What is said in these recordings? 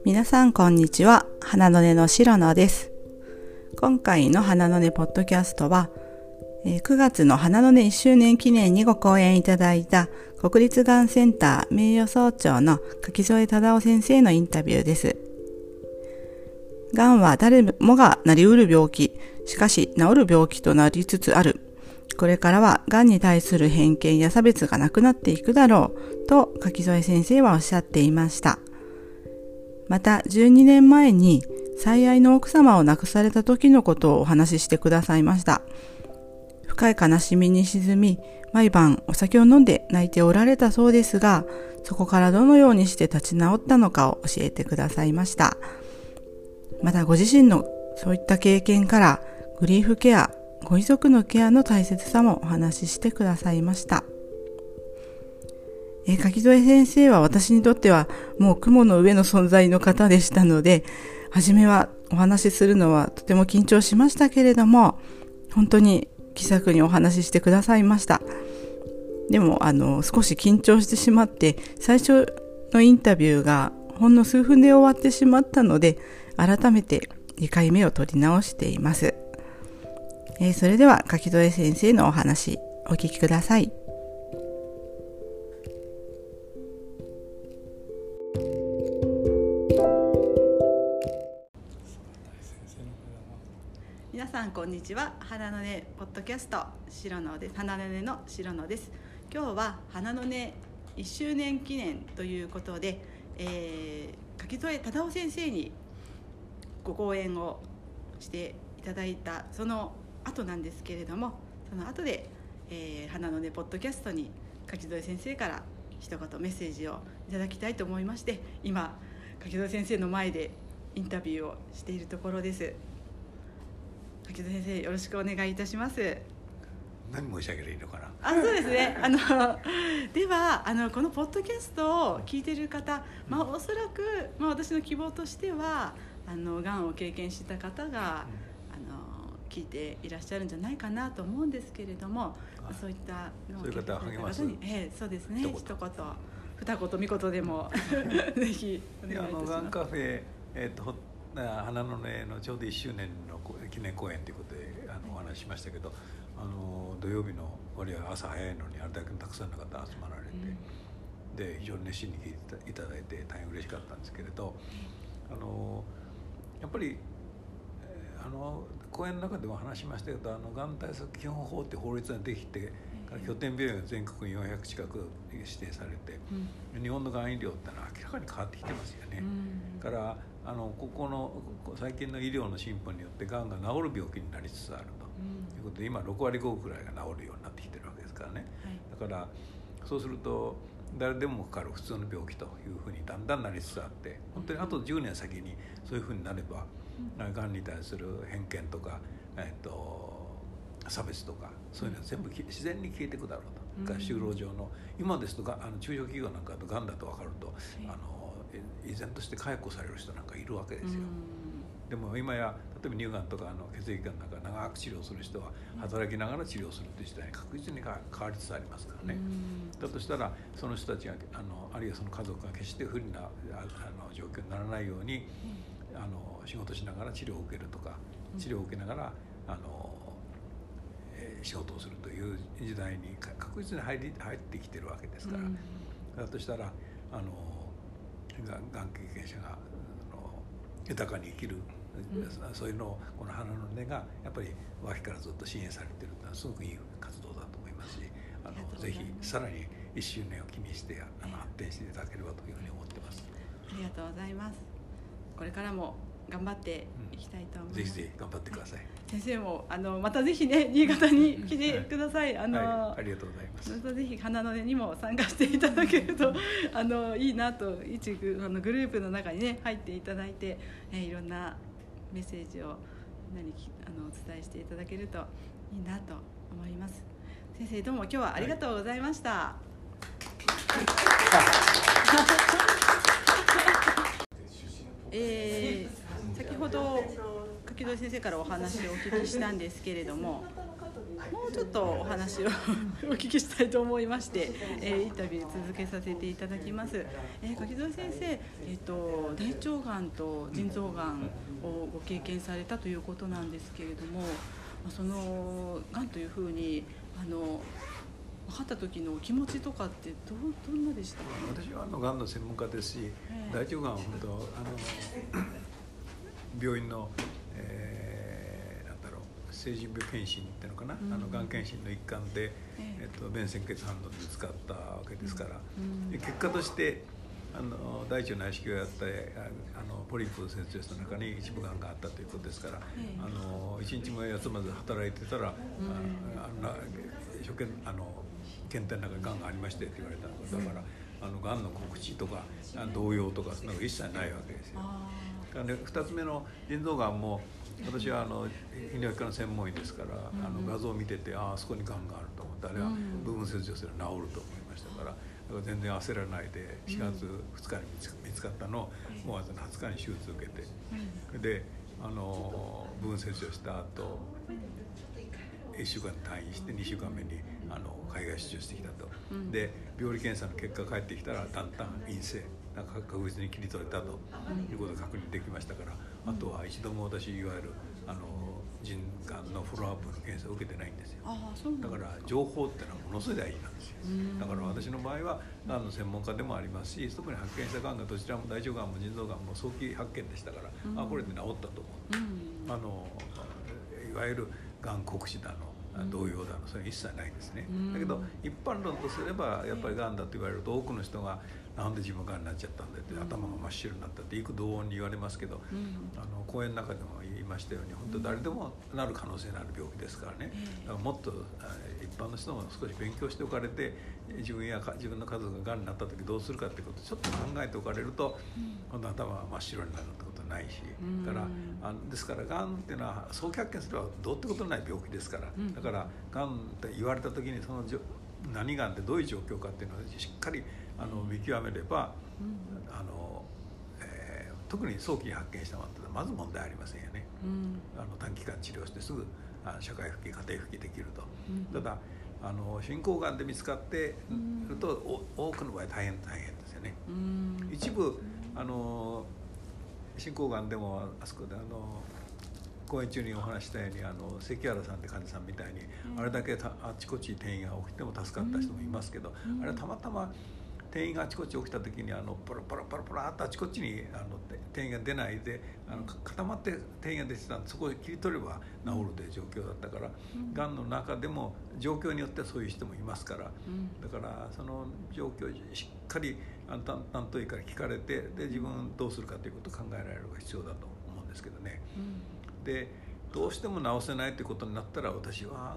皆さんこんにちは。花の音の白野です。今回の花の音ポッドキャストは、9月の花の音1周年記念にご講演いただいた国立がんセンター名誉総長の柿添忠夫先生のインタビューです。がんは誰もがなりうる病気、しかし治る病気となりつつある。これからはがんに対する偏見や差別がなくなっていくだろうと柿添先生はおっしゃっていました。また12年前に最愛の奥様を亡くされた時のことをお話ししてくださいました。深い悲しみに沈み、毎晩お酒を飲んで泣いておられたそうですが、そこからどのようにして立ち直ったのかを教えてくださいました。またご自身のそういった経験からグリーフケア、ご遺族のケアの大切さもお話ししてくださいました。柿添先生は私にとってはもう雲の上の存在の方でしたので、初めはお話しするのはとても緊張しましたけれども、本当に気さくにお話ししてくださいました。でも少し緊張してしまって、最初のインタビューがほんの数分で終わってしまったので、改めて2回目を取り直しています。それでは柿添先生のお話お聞きください。皆さんこんにちは。花の音ポッドキャスト白野です。花の音の白野です。今日は花の音1周年記念ということで、柿添忠夫先生にご講演をしていただいたその後なんですけれども、その後で、花の音ポッドキャストに柿添先生から一言メッセージをいただきたいと思いまして、今柿添先生の前でインタビューをしているところです。柿添先生、よろしくお願いいたします。 何申し上げればいいのかな。 そうですね。ではこのポッドキャストを聞いている方、おそらく、私の希望としてはがんを経験した方が、聞いていらっしゃるんじゃないかなと思うんですけれども、そういったのをそういう方を励ます。 そうですね。一言二言三言でもぜひお願いいたします。 がんカフェ、花の音のちょうど1周年の記念公演ということでお話ししましたけど、土曜日の割合朝早いのにあれだけたくさんの方集まられて、で非常に熱心に聞いていただいて大変嬉しかったんですけれど、やっぱり講演の中でも話しましたけど、がん対策基本法って法律ができて、拠点病院が全国に400近く指定されて、日本のがん医療ってのは明らかに変わってきてますよね。からここの最近の医療の進歩によってがんが治る病気になりつつあるということで、今6割5分くらいが治るようになってきてるわけですからね。だからそうすると誰でもかかる普通の病気というふうにだんだんなりつつあって、本当にあと10年先にそういうふうになれば、がんに対する偏見とか、差別とかそういうのは全部自然に消えていくだろうと。就労上の今ですと中小企業なんかとがんだと分かると、依然として解雇される人なんかいるわけですよ。でも今や例えば乳がんとか血液がんなんか長く治療する人は働きながら治療するという時代に確実に変わりつつありますからね。だとしたらその人たちがあるいはその家族が決して不利な状況にならないように仕事しながら治療を受けるとか、治療を受けながら仕事をするという時代に確実に入ってきてるわけですから、だとしたらがん経験者が豊かに生きる、そういうのをこの花の音がやっぱり脇からずっと支援されているというのはすごくいい活動だと思いますし、ぜひさらに1周年を気にして発展していただければというふうに思っています。 ありがとうございます。これからも頑張っていきたいと思います。 ぜひぜひ頑張ってください。 先生もまたぜひね、新潟に来てください。 ありがとうございます。 またぜひ花の音にも参加していただけるといいなと、一グループの中にね入っていただいて、いろんなメッセージをみんなにお伝えしていただけるといいなと思います。先生、どうも今日はありがとうございました。先ほど柿添先生からお話をお聞きしたんですけれども、 もうちょっとお話をお聞きしたいと思いまして、インタビュー続けさせていただきます。柿添先生、大腸がんと腎臓がんをご経験されたということなんですけれども、そのがんというふうに分かった時の気持ちとかってどんなでしたか？ 私はがんの専門家ですし、大腸がんは本当病院の、なんだろう、成人病検診っていうのかな、がん検診の一環で、便潜血反応で見つかったわけですから、で結果として大腸内視鏡をやってポリープを切除した中に一部がんがあったということですから、一日も休まず働いてたら、検体の中にがんがありましてって言われたのだから、がんの告知とか動揺とかそんなの一切ないわけですよ。だからね、2つ目の腎臓がんも私は泌尿器科の専門医ですから、画像を見ててあそこにがんがあると思って、あれは部分切除すれば治ると思いましたから、だから全然焦らないで4月2日に見つかったのを5月の20日に手術を受けて、で部分切除した後1週間退院して2週間目に海外出張してきたと、で病理検査の結果が返ってきたらだんだん陰性確実に切り取れたということが確認できましたから、あとは一度も私いわゆる腎がんのフォローアップの検査を受けてないんですよ。だから情報ってのはものすごい大事なんですよ。だから私の場合はがんの専門家でもありますし、特に発見したがんがどちらも大腸がんも腎臓がんも早期発見でしたから、これで治ったと思う。いわゆるがん告知だの動揺だのそれ一切ないですね。だけど一般論とすればやっぱりがんだと言われると多くの人がなんで自分がんになっちゃったんだって頭が真っ白になったって幾度に言われますけど、講演の中でも言いましたように本当誰でもなる可能性のある病気ですからね。だからもっと一般の人も少し勉強しておかれて、自分の家族ががんになった時どうするかってことをちょっと考えておかれると、本当頭が真っ白になるってことはないし、ですからがんっていうのは早期発見すればどうってことない病気ですから、だからがんって言われた時にその何がんってどういう状況かっていうのをしっかり見極めれば、特に早期に発見したものってまず問題ありませんよね。短期間治療してすぐ社会復帰家庭復帰できると。ただ進行がんで見つかってると多くの場合大変ですよね。一部進行がんでもあそこで講演中にお話したように関原さんって患者さんみたいにあれだけあちこち転移が起きても助かった人もいますけど、あれはたまたま転移があちこち起きた時にポロポロポロポロっとあちこちに転移が出ないで固まって転移が出てたんで、そこで切り取れば治るという状況だったから、がんの中でも状況によってはそういう人もいますから、だからその状況をしっかり担当医から聞かれて、で自分どうするかということを考えられるのが必要だと思うんですけどね。でどうしても治せないということになったら、私は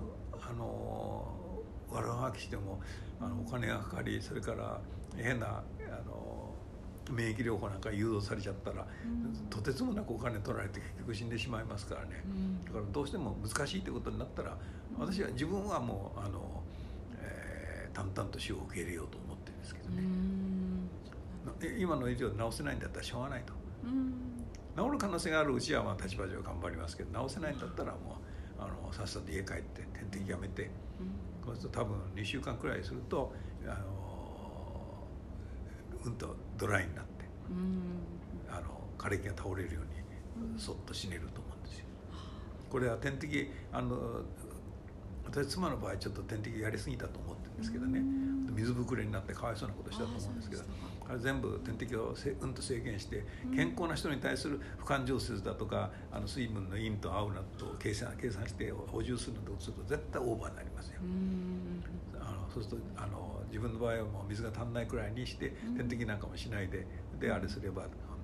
悪あがきしてもお金がかかり、それから変な免疫療法なんか誘導されちゃったら、とてつもなくお金取られて結局死んでしまいますからね。だからどうしても難しいということになったら、私は自分はもう淡々と死を受け入れようと思ってるんですけどね。今の医療で治せないんだったらしょうがないと。治る可能性があるうちは立場上頑張りますけど、治せないんだったらもうさっさと家帰って点滴やめて、そうすると多分2週間くらいするととドライになって、枯れ木が倒れるようにそっと死ねると思うんですよ。これは点滴私妻の場合ちょっと点滴やりすぎたと思ってるんですけどね、水ぶくれになってかわいそうなことしたと思うんですけど、あれ全部点滴をと制限して、健康な人に対する不感情節だとか水分の陰と合うなと計算して補充するのとすると絶対オーバーになりますよ。そうすると自分の場合はもう水が足んないくらいにして点滴なんかもしないで、あれすれば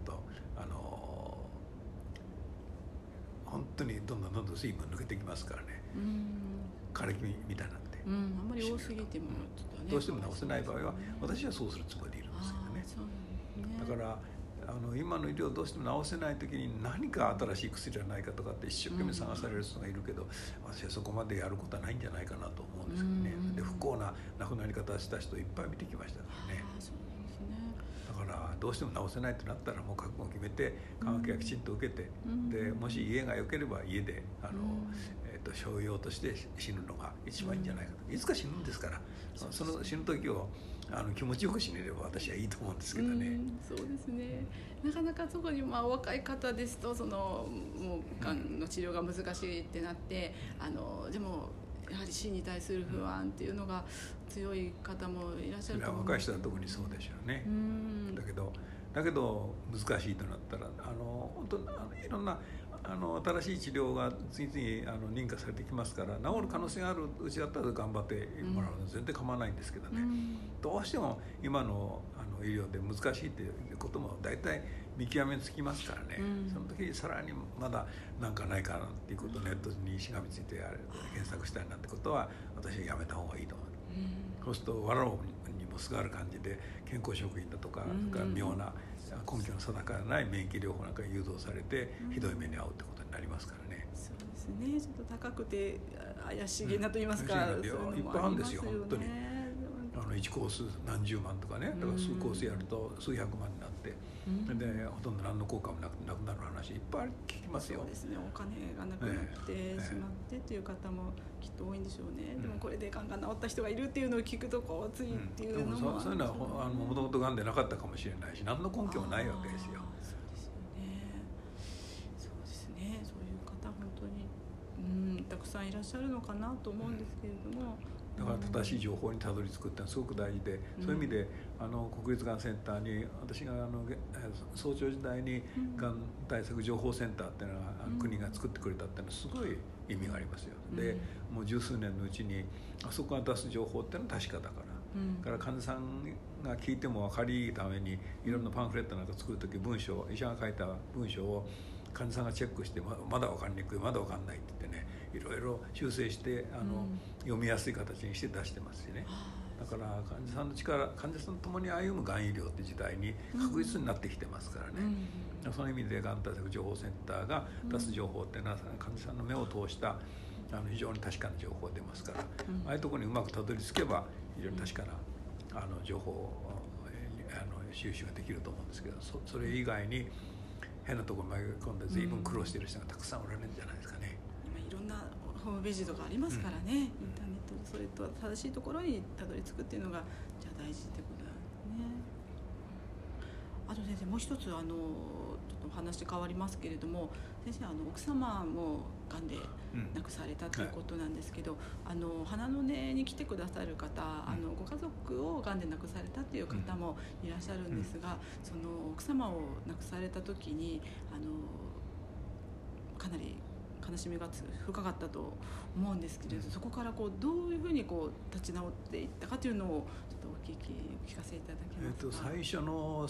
本当にどんどん水分抜けてきますからね。枯れ木みたいになって、 あんまり多すぎてもちょっとね、 どうしても治せない場合は私はそうするつもりでいるんですけどね。だから今の医療どうしても治せない時に何か新しい薬はないかとかって一生懸命探される人がいるけど、私はそこまでやることはないんじゃないかなと思うんですけどね。で不幸な亡くなり方をした人いっぱい見てきましたからね。だからどうしても治せないとなったらもう覚悟を決めて緩和ケアきちんと受けて、でもし家が良ければ家で商用として死ぬのが一番いいんじゃないかと、いつか死ぬんですから、その死ぬ時を気持ちよく死ねれば私はいいと思うんですけどね。 そうですね。なかなかそこにお若い方ですともうがんの治療が難しいってなって、でもやはり死に対する不安っていうのが強い方もいらっしゃると思うんです。 若い人は特にそうでしょうね。だけど難しいとなったら本当いろんな新しい治療が次々認可されてきますから、治る可能性があるうちだったら頑張ってもらうのは全然構わないんですけどね、どうしても今の医療で難しいということも大体見極めつきますからね、その時さらにまだ何かないかなっていうことをネットにしがみついて検索したいなってことは私はやめた方がいいと思う。そうするとわらにもすがる感じで健康食品だとか、妙な根拠の定かない免疫療法なんかに誘導されてひどい目に遭うってことになりますからね。 そうですね。ちょっと高くて怪しげなと言いますか、 いっぱいあるんですよ本当に。1コース何十万とかね、だから数コースやると数百万になって、でほとんど何の効果もなくなる話いっぱい聞きますよ。 そうですね。お金がなくなってしまってという方もきっと多いんでしょうね。でもこれでがんが治った人がいるっていうのを聞くとついっていうのも、 そういうのはもともとがんでなかったかもしれないし、何の根拠もないわけですよ。 そうですね。そういう方本当にたくさんいらっしゃるのかなと思うんですけれども、 だから正しい情報にたどり着くってのはすごく大事で、そういう意味で国立がんセンターに私が早朝時代にがん対策情報センターっていうのが国が作ってくれたっていうのはすごい意味がありますよ。でもう十数年のうちにあそこが出す情報っていうのは確かだから、から患者さんが聞いても分かりいいためにいろんなパンフレットなんか作る時医者が書いた文章を患者さんがチェックしてまだ分かりにくいまだ分かんないって言ってね、いろいろ修正して読みやすい形にして出してますしね。だから患者さんの力、患者さんと共に歩むがん医療って時代に確実になってきてますからね、その意味でがん対策情報センターが出す情報っていうのは患者さんの目を通した非常に確かな情報が出ますから、ああいうところにうまくたどり着けば非常に確かな情報を収集ができると思うんですけど、それ以外に変なところに紛れ込んで随分苦労している人がたくさんおられるんじゃないですかね。 今いろんなホームページとかありますからね、インターネットでそれと正しいところにたどり着くっていうのがじゃあ大事ってことなんですね。あと先生もう一つちょっとお話変わりますけれども、先生奥様もがんで亡くされたということなんですけど、花の根に来てくださる方、ご家族をがんで亡くされたっていう方もいらっしゃるんですが、その奥様を亡くされた時にかなり悲しみが深かったと思うんですけれど、そこからどういうふうに立ち直っていったかというのをちょっとお聞かせいただけますか。 最初の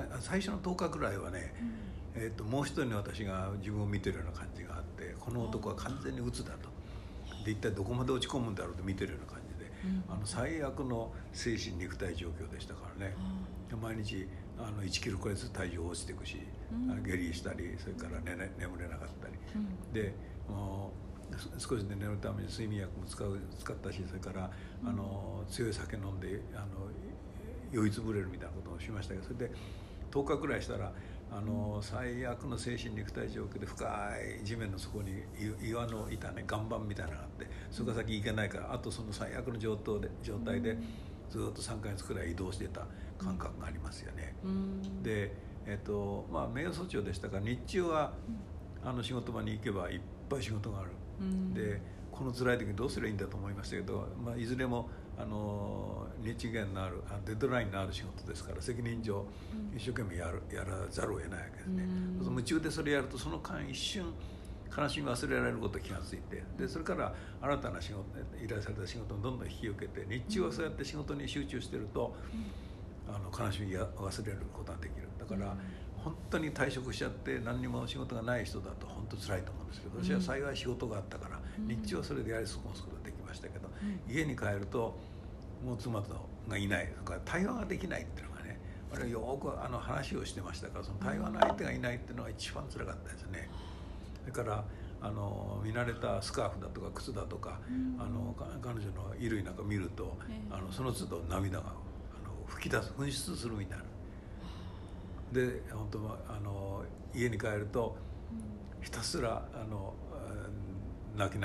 10日くらいはね、もう一人の私が自分を見てるような感じがあって、この男は完全に鬱だと、で一体どこまで落ち込むんだろうと見てるような感じで、最悪の精神肉体状況でしたからね。毎日1キロくらいずつ体重落ちていくし、下痢したり、それから眠れなかったり、で少しで寝るために睡眠薬も使ったし、それから強い酒飲んで酔いつぶれるみたいなことをしましたけど、それで10日くらいしたら最悪の精神肉体状況で深い地面の底に岩の板ね、岩盤みたいなのがあって、それから先行けないから、あとその最悪の状態でずっと3ヶ月くらい移動してた感覚がありますよね。で名誉訴訟でしたから、日中は仕事場に行けばいっぱい仕事がある。でこの辛い時にどうすればいいんだと思いましたけど、いずれも日限のあるデッドラインのある仕事ですから、責任上一生懸命やらざるを得ないわけですね。夢中でそれやると、その間一瞬悲しみ忘れられることに気がついて、でそれから新たな仕事、依頼された仕事をどんどん引き受けて、日中はそうやって仕事に集中してると悲しみが忘れることができる。だから本当に退職しちゃって何にも仕事がない人だと本当辛いと思うんですけど、私は幸い仕事があったから日中はそれでやり過ごすことができましたけど、家に帰るともう妻がいない、対話ができないっていうのがね、あれよく話をしてましたから、その対話の相手がいないっていうのが一番辛かったですね。それから見慣れたスカーフだとか靴だとか、彼女の衣類なんか見ると、その都度涙が吹き出す、噴出するみたいな。で本当は家に帰るとひたすら泣きながら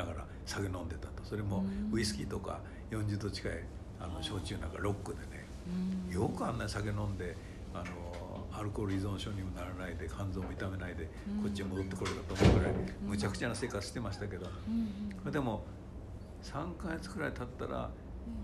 酒飲んでたと。それもウイスキーとか40度近い焼酎なんかロックでね、よくあんな酒飲んでアルコール依存症にもならないで肝臓も痛めないでこっちに戻ってこれたと思うぐらいむちゃくちゃな生活してましたけど、でも3ヶ月くらい経ったら、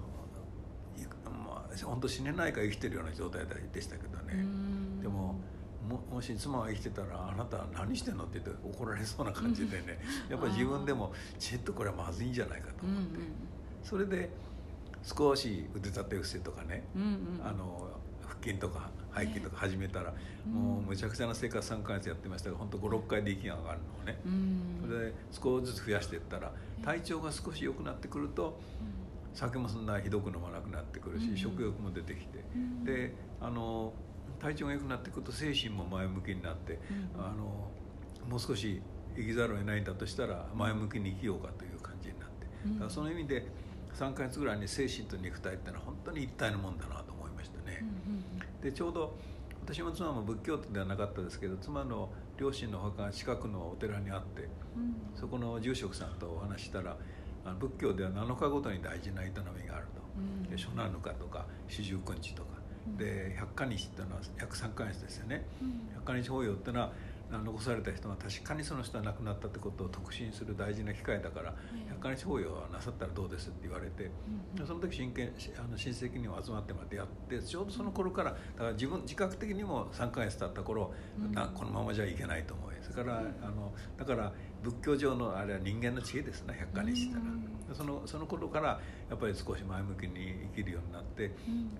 本当死ねないか生きてるような状態でしたけどね。でももし妻が生きてたらあなた何してんのって言って怒られそうな感じでね、やっぱり自分でもちょっとこれはまずいんじゃないかと思って、それで少し腕立て伏せとかね、腹筋とか背筋とか始めたら、もうむちゃくちゃな生活3ヶ月やってましたが、本当 5,6 回で息が上がるのをね、それで少しずつ増やしていったら体調が少し良くなってくると、酒もそんなひどく飲まなくなってくるし、食欲も出てきて、で体調が良くなってくると精神も前向きになって、もう少し生きざるを得ないんだとしたら前向きに生きようかという感じになって、だからその意味で3ヶ月ぐらいに精神と肉体ってのは本当に一体のもんだなと思いましたね。でちょうど私も妻も仏教徒ではなかったですけど、妻の両親のお墓が近くのお寺にあって、そこの住職さんとお話したら、仏教では7日ごとに大事な営みがあると、初七日とか四十九日とかで百花日っていうのは約3ヶ月ですよね。百花日法要っていうのは残された人が確かにその人は亡くなったってことを特進する大事な機会だから、百花日法要はなさったらどうですって言われて、その時親戚にも集まってもらってやって、ちょうどその頃からだから自覚的にも3ヶ月経った頃、このままじゃいけないと思い、それからだから仏教上のあれは人間の知恵ですね、百花日ってのは。その頃からやっぱり少し前向きに生きるようになって、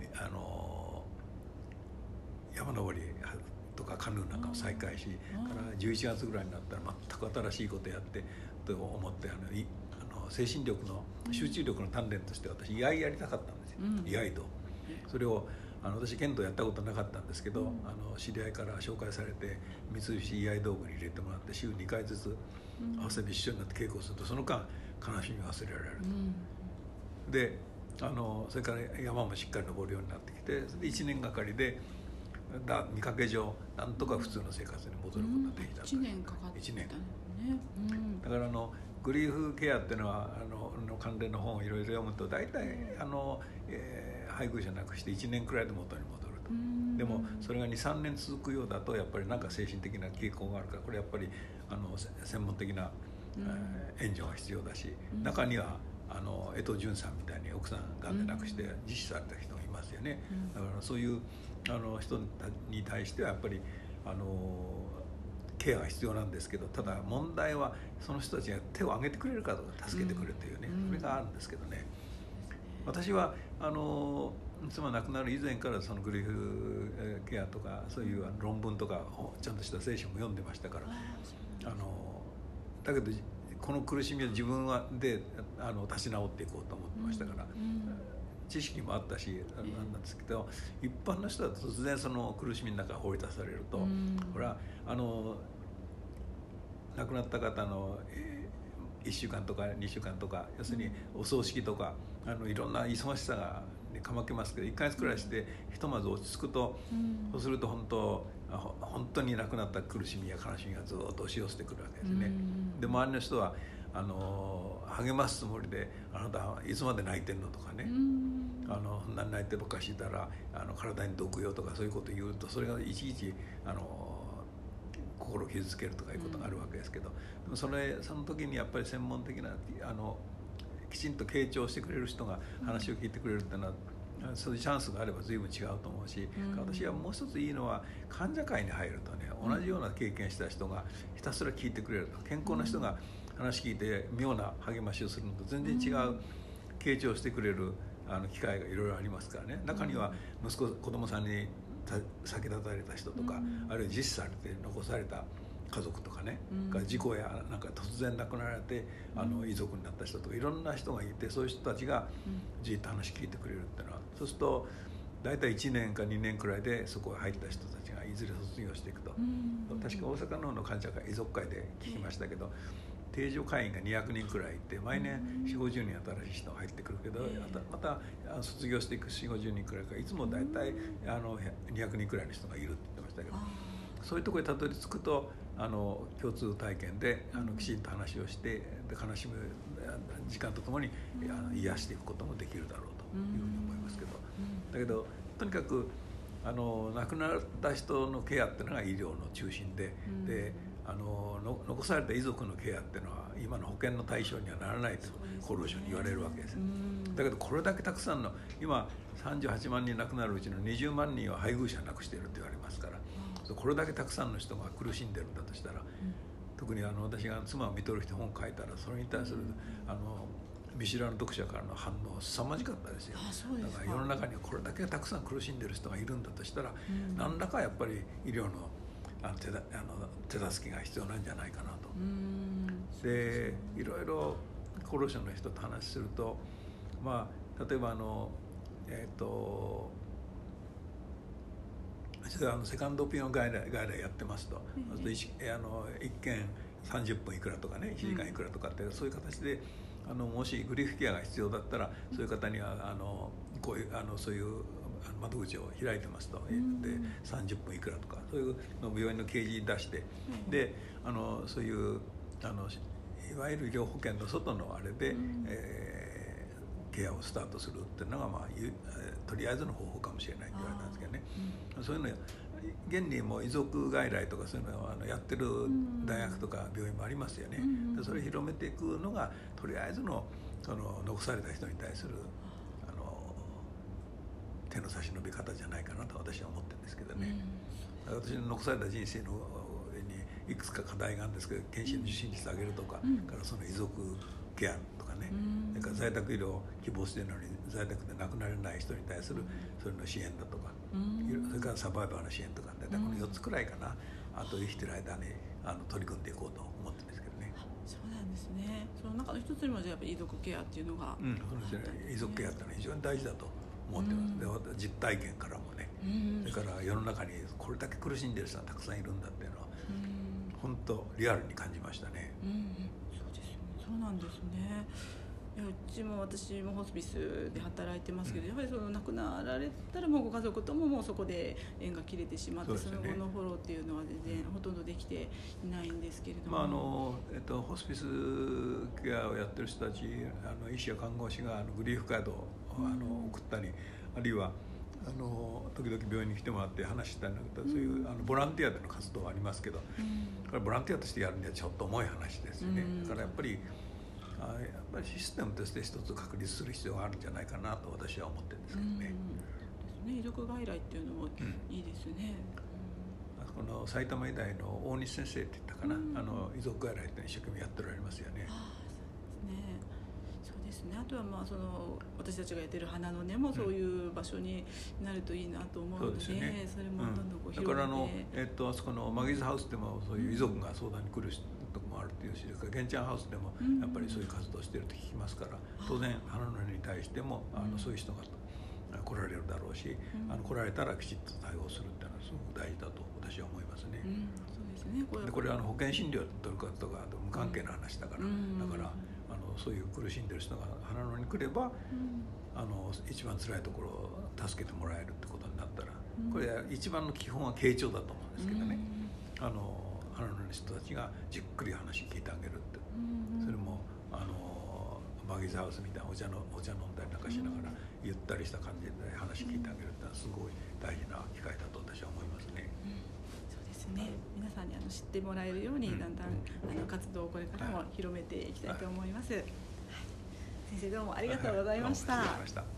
山登りとかカヌーなんかを再開し、から11月ぐらいになったら全く新しいことやってと思って、精神力の集中力の鍛錬として私居合やりたかったんですよ、居合道。それを私剣道やったことなかったんですけど、知り合いから紹介されて三菱居合道具に入れてもらって、週2回ずつ合わせて一緒になって稽古すると、その間悲しみ忘れられると、でそれから山もしっかり登るようになってきて、それで1年がかりで見かけ上なんとか普通の生活に戻ることができた。 1年かかってたね。 だからグリーフケアっていうのは関連の本をいろいろ読むと、大体配偶者なくして1年くらいで元に戻ると。でもそれが 2,3 年続くようだとやっぱりなんか精神的な傾向があるから、これやっぱり専門的な援助が必要だし、中には江藤淳さんみたいに奥さんがんで亡くして自死された人がいますよね。だからそういう人に対してはやっぱりケアが必要なんですけど、ただ問題はその人たちが手を挙げてくれるかどうか、助けてくれるというね、それがあるんですけどね。私は妻亡くなる以前からそのグリーフケアとかそういう論文とかちゃんとした聖書も読んでましたから、だけどこの苦しみを自分で立ち直っていこうと思ってましたから、知識もあったしなんですけど、一般の人だと突然その苦しみの中に放り出されると、これは亡くなった方の1週間とか2週間とか、要するにお葬式とかいろんな忙しさがかまけますけど、1ヶ月くらいしてひとまず落ち着くと、そうすると本当に亡くなった苦しみや悲しみがずっと押し寄せてくるわけですね。で周りの人は励ますつもりで、あなたいつまで泣いてんのとかね、そんなに泣いてばっかしいたら体に毒よとかそういうことを言うと、それがいちいち心を傷つけるとかいうことがあるわけですけど、でもその時にやっぱり専門的なきちんと傾聴してくれる人が話を聞いてくれるっていうのは、そういうチャンスがあれば随分違うと思うし、私はもう一ついいのは患者会に入るとね、同じような経験した人がひたすら聞いてくれると、健康な人が話聞いて妙な励ましをするのと全然違う傾聴してくれる機会がいろいろありますからね。中には子供さんに先立たれた人とか、あるいは自死されて残された家族とかね、事故やなんか突然亡くなられて遺族になった人とかいろんな人がいて、そういう人たちがじっと話聞いてくれるっていうのは、そうすると大体1年か2年くらいでそこへ入った人たちがいずれ卒業していくと。確か大阪の方の患者会遺族会で聞きましたけど、定常会員が200人くらいいて、毎年4、50人新しい人が入ってくるけど、また卒業していく4、50人くらいから、いつも大体200人くらいの人がいるって言ってましたけど、そういうところにたどり着くと共通体験できちんと話をして、で悲しむ時間とともに癒していくこともできるだろうというふうに思いますけど、だけどとにかく亡くなった人のケアっていうのが医療の中心で、残された遺族のケアっていうのは今の保険の対象にはならないと厚労省に言われるわけです。だけどこれだけたくさんの今38万人亡くなるうちの20万人は配偶者亡くしていると言われますから、これだけたくさんの人が苦しんでるんだとしたら、特に私が妻を見とる人本を書いたらそれに対する見知らぬ読者からの反応は凄まじかったですよ。だから世の中にはこれだけたくさん苦しんでる人がいるんだとしたら、何らかやっぱり医療の手助けが必要なんじゃないかなと。でいろいろ厚労省の人と話すると、例えばセカンドオピニオン外来やってますと、一件30分いくらとかね、1時間いくらとかって、そういう形でもしグリーフケアが必要だったらそういう方にはこういうそういう窓口を開いてますと、で30分いくらとかそういうのを病院の掲示に出して、でそういういわゆる医療保険の外のあれで、ケアをスタートするっていうのが、とりあえずの方法かもしれないって言われたんですけどね。そういうの現にもう遺族外来とかそういうのをやってる大学とか病院もありますよね。でそれを広めていくのがとりあえずの残された人に対する手の差し伸べ方じゃないかなと私は思ってるんですけどね。私の残された人生のにいくつか課題があるんですけど、検診の受診率を上げるとか、からその遺族ケアとかね、それから在宅医療を希望しているのに在宅で亡くなれない人に対するそれの支援だとか、それからサバイバーの支援とか、大体この4つくらいかな、あと生きてる間に取り組んでいこうと思ってるんですけどね。 そうなんですね。その中の一つにもじゃあやっぱり遺族ケアっていうのが、 遺族ケアってのは非常に大事だと思ってます。で実体験からもね、それから世の中にこれだけ苦しんでる人がたくさんいるんだっていうのは本当リアルに感じましたね。 そうですよね。そうなんですね。いや、私もホスピスで働いてますけど、やっぱり亡くなられたらもうご家族とももうそこで縁が切れてしまって、その後のフォローっていうのは全然ほとんどできていないんですけれども、 ホスピスケアをやってる人たち、医師や看護師がグリーフカードを送ったり、あるいは時々病院に来てもらって話したりなんか、そういうボランティアでの活動はありますけど、これボランティアとしてやるにはちょっと重い話ですよね。だからやっぱりシステムとして一つ確立する必要があるんじゃないかなと私は思ってるんですけどね。 遺族外来っていうのもいいですね。 この埼玉医大の大西先生って言ったかな、遺族外来って一生懸命やっておられますよね。 そうですね。あとは私たちがやってる花の根もそういう場所になるといいなと思うので、それもどんどん広げて、 だからあそこのマギーズハウスでもそういう遺族が相談に来るとこもあるっていうし、ゲンチャンハウスでもやっぱりそういう活動してると聞きますから、当然花の根に対してもそういう人が来られるだろうし、来られたらきちっと対応するっていうのはすごく大事だと私は思いますね。 そうですね。 これ保険診療とるかとか無関係な話だから、だからそういう苦しんでる人が花のに来れば、一番辛いところを助けてもらえるってことになったら、これ一番の基本は傾聴だと思うんですけどね。花の人たちがじっくり話聞いてあげるって、それもマギーズハウスみたいなお茶飲んだりなんかしながらゆったりした感じで話聞いてあげるってのはすごい大事な機会だと私は思いますね。 そうですね。皆さんに知ってもらえるようにだんだん活動をこれからも広めていきたいと思います。先生どうもありがとうございました。